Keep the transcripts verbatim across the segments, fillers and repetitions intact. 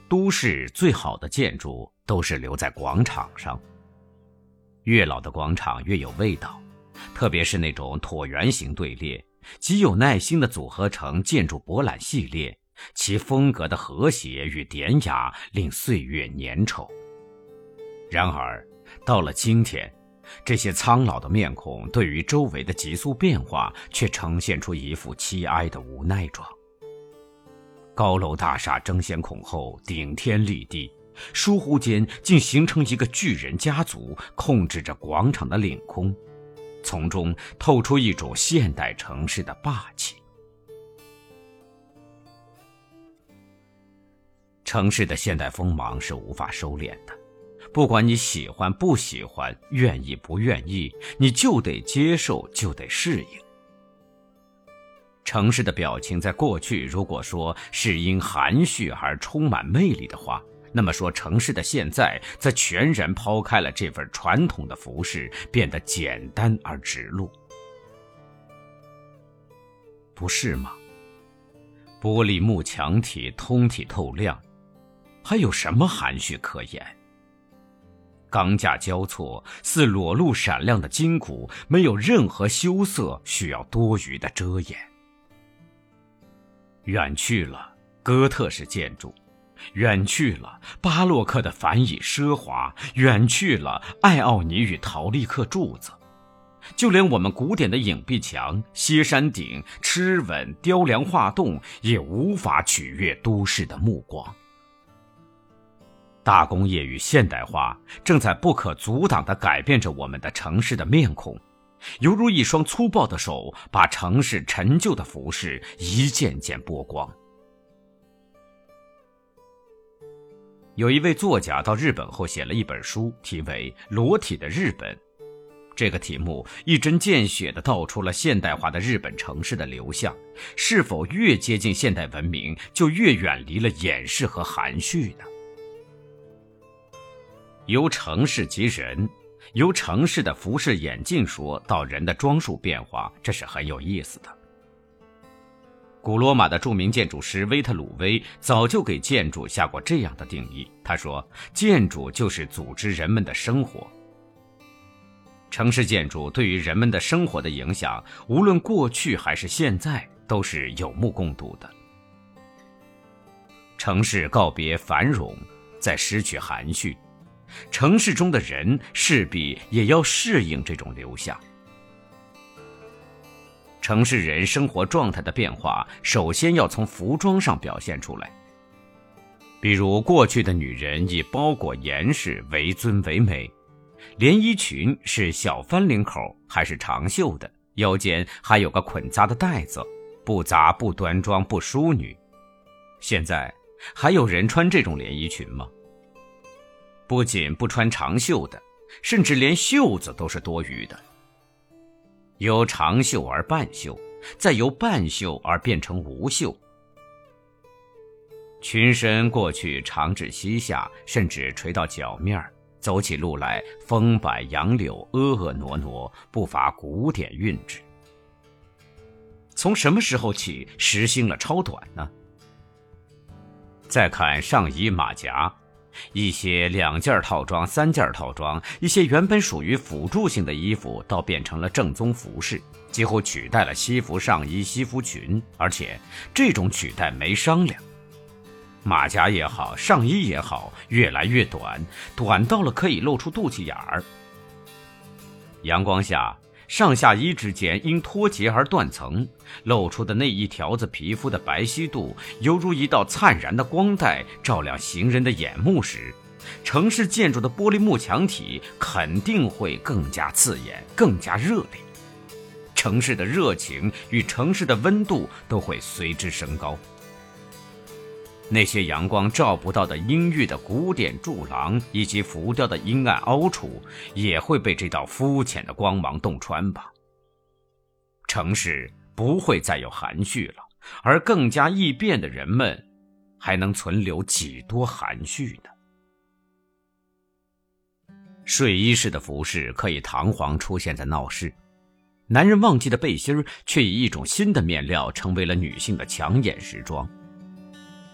都市最好的建筑都是留在广场上。越老的广场越有味道，特别是那种椭圆形队列，极有耐心地组合成建筑博览系列，其风格的和谐与典雅令岁月粘稠。然而到了今天，这些苍老的面孔对于周围的急速变化却呈现出一副凄哀的无奈状。高楼大厦争先恐后，顶天立地，疏忽间竟形成一个巨人家族，控制着广场的领空，从中透出一种现代城市的霸气。城市的现代锋芒是无法收敛的，不管你喜欢不喜欢，愿意不愿意，你就得接受，就得适应。城市的表情在过去如果说是因含蓄而充满魅力的话，那么说城市的现在则全然抛开了这份传统的服饰，变得简单而直路。不是吗？玻璃幕墙体通体透亮，还有什么含蓄可言？钢架交错，似裸露闪亮的筋骨，没有任何羞涩需要多余的遮掩。远去了哥特式建筑，远去了巴洛克的繁缛奢华，远去了艾奥尼与陶丽克柱子，就连我们古典的影壁墙、歇山顶、螭吻、雕梁画栋也无法取悦都市的目光。大工业与现代化正在不可阻挡地改变着我们的城市的面孔，犹如一双粗暴的手，把城市陈旧的服饰一件件剥光。有一位作家到日本后写了一本书，题为《裸体的日本》。这个题目一针见血地道出了现代化的日本城市的流向，是否越接近现代文明，就越远离了掩饰和含蓄呢？由城市及人，由城市的服饰演进说到人的装束变化，这是很有意思的。古罗马的著名建筑师威特鲁威早就给建筑下过这样的定义，他说，建筑就是组织人们的生活。城市建筑对于人们的生活的影响，无论过去还是现在，都是有目共睹的。城市告别繁荣，再失去含蓄，城市中的人势必也要适应这种流向。城市人生活状态的变化，首先要从服装上表现出来。比如过去的女人以包裹严实为尊为美，连衣裙是小翻领口还是长袖的，腰间还有个捆扎的带子，不杂不端庄不淑女。现在还有人穿这种连衣裙吗？不仅不穿长袖的，甚至连袖子都是多余的。由长袖而半袖，再由半袖而变成无袖。裙身过去长至膝下，甚至垂到脚面，走起路来风摆杨柳，婀婀娜娜，不乏古典韵致。从什么时候起实行了超短呢？再看上衣马甲，一些两件套装、三件套装，一些原本属于辅助性的衣服倒变成了正宗服饰，几乎取代了西服上衣、西服裙，而且这种取代没商量。马甲也好，上衣也好，越来越短，短到了可以露出肚脐眼儿。阳光下，上下衣之间因脱节而断层，露出的那一条子皮肤的白皙度，犹如一道灿然的光带，照亮行人的眼目时，城市建筑的玻璃幕墙体肯定会更加刺眼，更加热烈。城市的热情与城市的温度都会随之升高。那些阳光照不到的阴郁的古典柱廊以及浮雕的阴暗凹处，也会被这道肤浅的光芒洞穿吧。城市不会再有含蓄了，而更加易变的人们，还能存留几多含蓄呢？睡衣式的服饰可以堂皇出现在闹市，男人忘记的背心却以一种新的面料成为了女性的抢眼时装。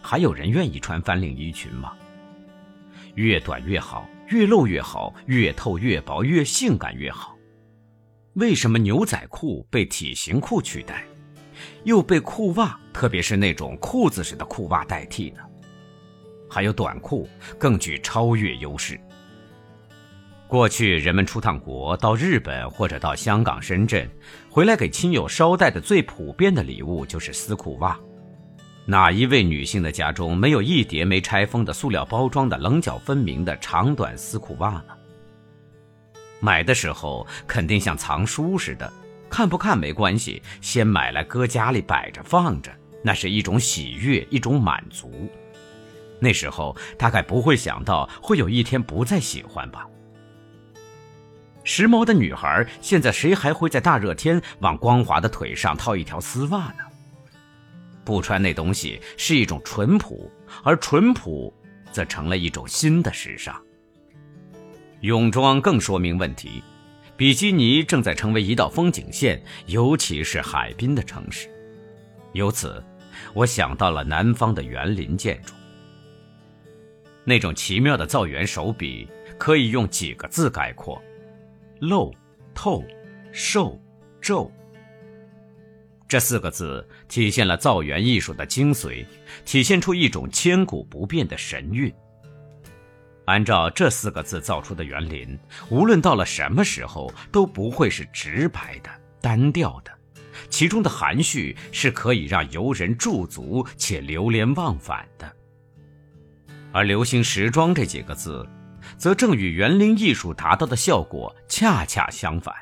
还有人愿意穿翻领衣裙吗？越短越好，越露越好，越透越薄，越性感越好。为什么牛仔裤被体型裤取代，又被裤袜，特别是那种裤子式的裤袜代替呢？还有短裤更具超越优势。过去人们出趟国，到日本或者到香港、深圳，回来给亲友捎带的最普遍的礼物就是丝裤袜。哪一位女性的家中没有一叠没拆封的塑料包装的棱角分明的长短丝裤袜呢？买的时候肯定像藏书似的，看不看没关系，先买来搁家里摆着放着，那是一种喜悦，一种满足。那时候大概不会想到会有一天不再喜欢吧。时髦的女孩，现在谁还会在大热天往光滑的腿上套一条丝袜呢？不穿那东西是一种淳朴，而淳朴则成了一种新的时尚。泳装更说明问题，比基尼正在成为一道风景线，尤其是海滨的城市。由此，我想到了南方的园林建筑。那种奇妙的造园手笔，可以用几个字概括：漏、透、瘦、皱。这四个字体现了造园艺术的精髓，体现出一种千古不变的神韵。按照这四个字造出的园林，无论到了什么时候都不会是直白的、单调的，其中的含蓄是可以让游人驻足且流连忘返的。而流行时装这几个字，则正与园林艺术达到的效果恰恰相反。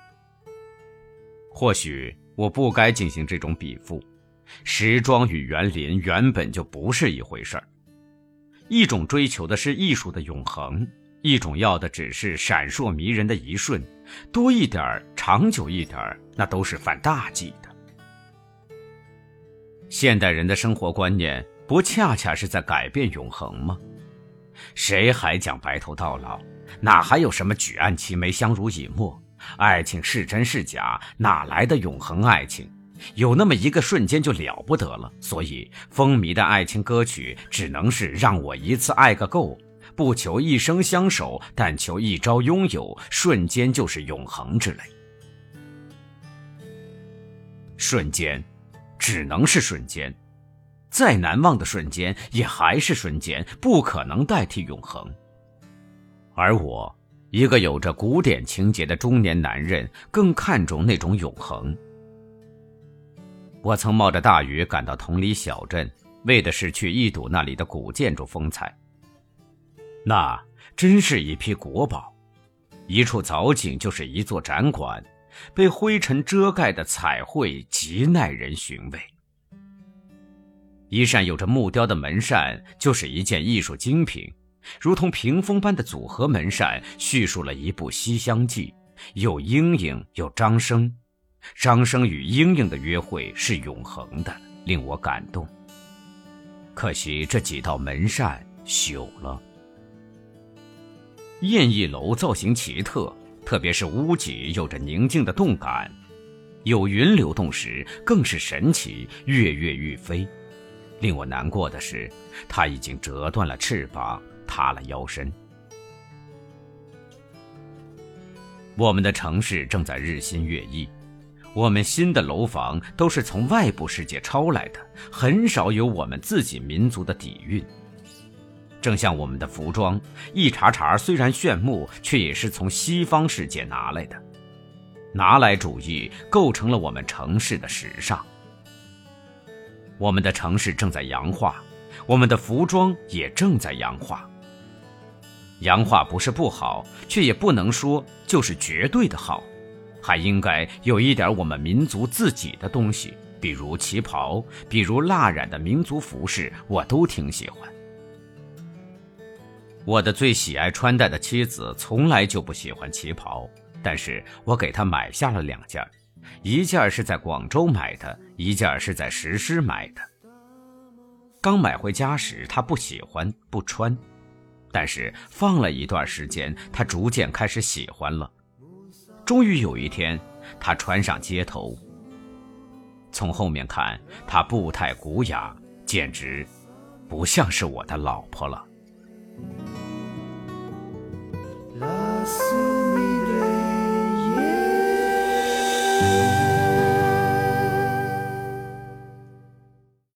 或许我不该进行这种比附，时装与园林原本就不是一回事儿。一种追求的是艺术的永恒，一种要的只是闪烁迷人的一瞬，多一点长久一点那都是犯大忌的。现代人的生活观念不恰恰是在改变永恒吗？谁还讲白头到老？哪还有什么举案齐眉相濡以沫？爱情是真是假？哪来的永恒爱情？有那么一个瞬间就了不得了，所以风靡的爱情歌曲只能是让我一次爱个够，不求一生相守，但求一朝拥有，瞬间就是永恒之类。瞬间只能是瞬间，再难忘的瞬间也还是瞬间，不可能代替永恒。而我一个有着古典情节的中年男人，更看重那种永恒。我曾冒着大雨赶到同里小镇，为的是去一睹那里的古建筑风采。那真是一批国宝，一处藻井就是一座展馆，被灰尘遮盖的彩绘极耐人寻味。一扇有着木雕的门扇就是一件艺术精品，如同屏风般的组合门扇叙述了一部西厢记，有莺莺有张生，张生与莺莺的约会是永恒的，令我感动。可惜这几道门扇朽了。燕翼楼造型奇特，特别是屋脊有着宁静的动感，有云流动时更是神奇，跃跃欲飞。令我难过的是，它已经折断了翅膀，塌了腰身。我们的城市正在日新月异，我们新的楼房都是从外部世界抄来的，很少有我们自己民族的底蕴。正像我们的服装，一茬茬虽然炫目，却也是从西方世界拿来的。拿来主义构成了我们城市的时尚。我们的城市正在洋化，我们的服装也正在洋化。洋化不是不好，却也不能说就是绝对的好，还应该有一点我们民族自己的东西，比如旗袍，比如蜡染的民族服饰，我都挺喜欢。我的最喜爱穿戴的妻子从来就不喜欢旗袍，但是我给她买下了两件，一件是在广州买的，一件是在石狮买的。刚买回家时她不喜欢不穿，但是放了一段时间，她逐渐开始喜欢了。终于有一天，她穿上街头。从后面看，她步态古雅，简直不像是我的老婆了。